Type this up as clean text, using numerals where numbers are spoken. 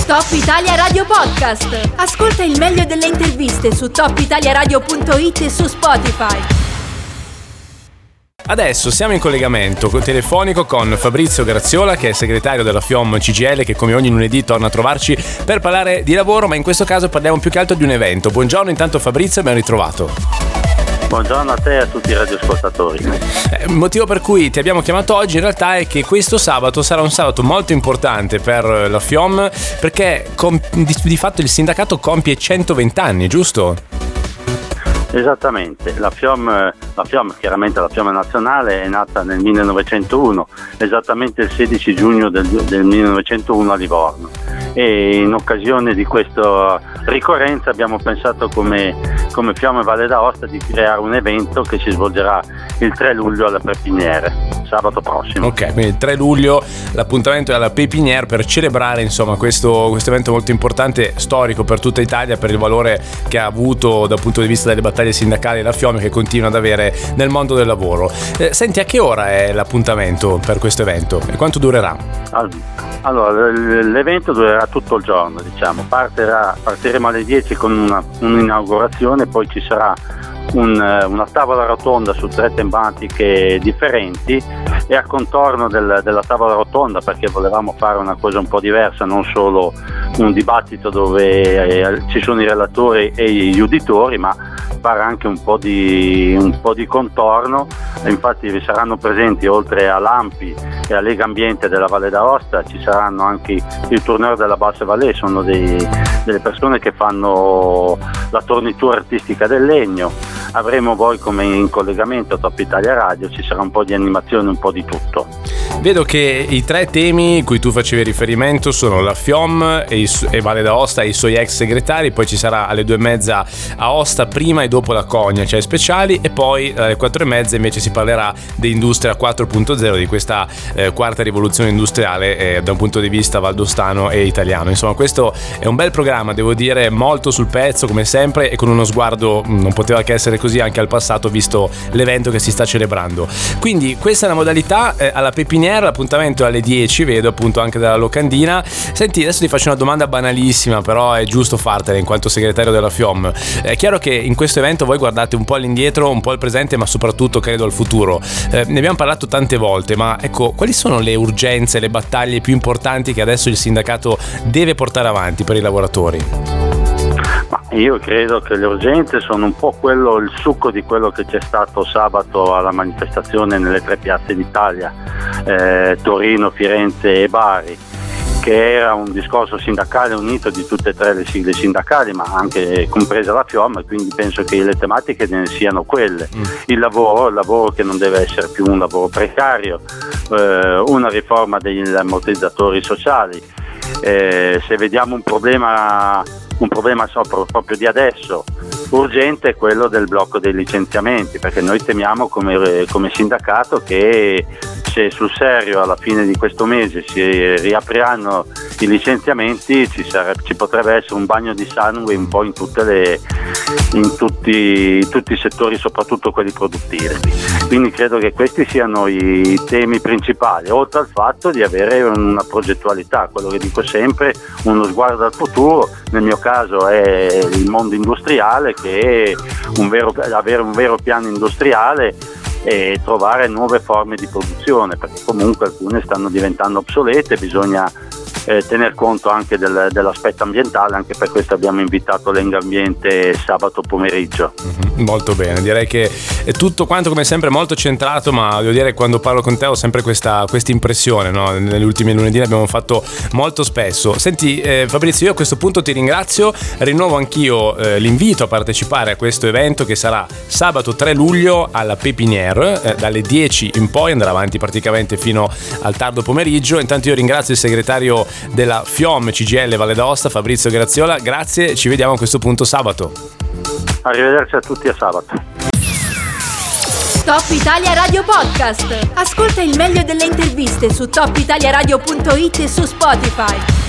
Top Italia Radio Podcast. Ascolta il meglio delle interviste su topitaliaradio.it e su Spotify. Adesso siamo in collegamento telefonico con Fabrizio Graziola, che è segretario della FIOM CGIL, che come ogni lunedì torna a trovarci per parlare di lavoro, ma in questo caso parliamo più che altro di un evento. Buongiorno intanto Fabrizio e ben ritrovato. Buongiorno a te e a tutti i radioascoltatori. Il motivo per cui ti abbiamo chiamato oggi in realtà è che questo sabato sarà un sabato molto importante per la FIOM, perché di fatto il sindacato compie 120 anni, giusto? Esattamente, la FIOM chiaramente la FIOM nazionale è nata nel 1901, esattamente il 16 giugno del 1901 a Livorno, e in occasione di questa ricorrenza abbiamo pensato come FIOM Valle d'Aosta di creare un evento che si svolgerà il 3 luglio alla Pépinière, sabato prossimo. Ok, quindi il 3 luglio l'appuntamento è alla Pépinière per celebrare insomma questo evento molto importante, storico per tutta Italia, per il valore che ha avuto dal punto di vista delle battaglie sindacali la FIOM, che continua ad avere nel mondo del lavoro. Senti, a che ora è l'appuntamento per questo evento e quanto durerà? Allora, l'evento durerà tutto il giorno, diciamo. Partiremo alle 10 con un'inaugurazione, poi ci sarà una tavola rotonda su 3 tematiche differenti, e a contorno della tavola rotonda, perché volevamo fare una cosa un po' diversa, non solo un dibattito dove ci sono i relatori e gli uditori, ma fare anche un po' di contorno. Infatti vi saranno presenti, oltre a Lampi e a Lega Ambiente della Valle d'Aosta, ci saranno anche il Tourneur della Basse Vallée, sono delle persone che fanno la tornitura artistica del legno. Avremo voi come in collegamento Top Italia Radio, ci sarà un po' di animazione, un po' di tutto. Vedo che i 3 temi cui tu facevi riferimento sono la FIOM e Valle d'Aosta e i suoi ex segretari, poi ci sarà alle 2:30 Aosta prima e dopo la Cogna, cioè speciali, e poi alle 4:30 invece si parlerà di Industria 4.0, di questa quarta rivoluzione industriale da un punto di vista valdostano e italiano. Insomma, questo è un bel programma, devo dire, molto sul pezzo come sempre, e con uno sguardo, non poteva che essere così anche al passato, visto l'evento che si sta celebrando. Quindi questa è la modalità. Alla Pépinière l'appuntamento è alle 10, vedo appunto anche dalla locandina. Senti, adesso ti faccio una domanda banalissima, però è giusto fartela in quanto segretario della FIOM. È chiaro che in questo evento voi guardate un po' all'indietro, un po' al presente, ma soprattutto credo al futuro. Ne abbiamo parlato tante volte, ma ecco, quali sono le urgenze, le battaglie più importanti che adesso il sindacato deve portare avanti per i lavoratori? Io credo che le urgenze sono un po' il succo di quello che c'è stato sabato alla manifestazione nelle 3 piazze d'Italia, Torino, Firenze e Bari, che era un discorso sindacale unito di tutte e 3 le sigle sindacali, ma anche compresa la FIOM, e quindi penso che le tematiche ne siano quelle. Il lavoro che non deve essere più un lavoro precario, una riforma degli ammortizzatori sociali. Se vediamo un problema proprio di adesso urgente, è quello del blocco dei licenziamenti, perché noi temiamo come sindacato che se sul serio alla fine di questo mese si riapriranno i licenziamenti, ci potrebbe essere un bagno di sangue un po' in tutti i settori, soprattutto quelli produttivi. Quindi credo che questi siano i temi principali, oltre al fatto di avere una progettualità, quello che dico sempre, uno sguardo al futuro. Nel mio caso è il mondo industriale, che è avere un vero piano industriale e trovare nuove forme di produzione, perché comunque alcune stanno diventando obsolete, bisogna tener conto anche dell'aspetto ambientale. Anche per questo abbiamo invitato Lega Ambiente sabato pomeriggio. Molto bene, direi che è tutto quanto come sempre molto centrato, ma devo dire che quando parlo con te ho sempre questa impressione, no? Negli ultimi lunedì l'abbiamo fatto molto spesso. Senti Fabrizio, io a questo punto ti ringrazio, rinnovo anch'io l'invito a partecipare a questo evento che sarà sabato 3 luglio alla Pépinière, dalle 10 in poi, andrà avanti praticamente fino al tardo pomeriggio. Intanto io ringrazio il segretario della FIOM CGIL Valle d'Aosta, Fabrizio Graziola, grazie, ci vediamo a questo punto sabato. Arrivederci a tutti, a sabato. Top Italia Radio Podcast. Ascolta il meglio delle interviste su topitaliaradio.it e su Spotify.